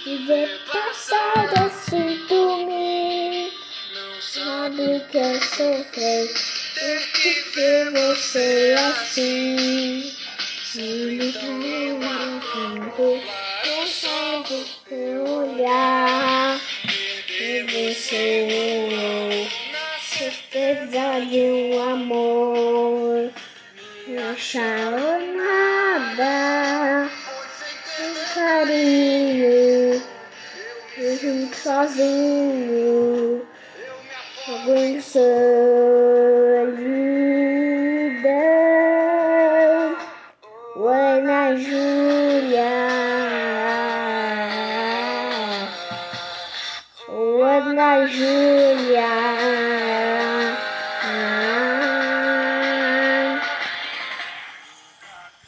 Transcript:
E ver passado assim por mim. Sabe que eu sofri, eu quis você assim. Ele vai pensando seu olhar. E você certeza de um amor. Não achava nada, um carinho, eu junto sozinho, aguentou.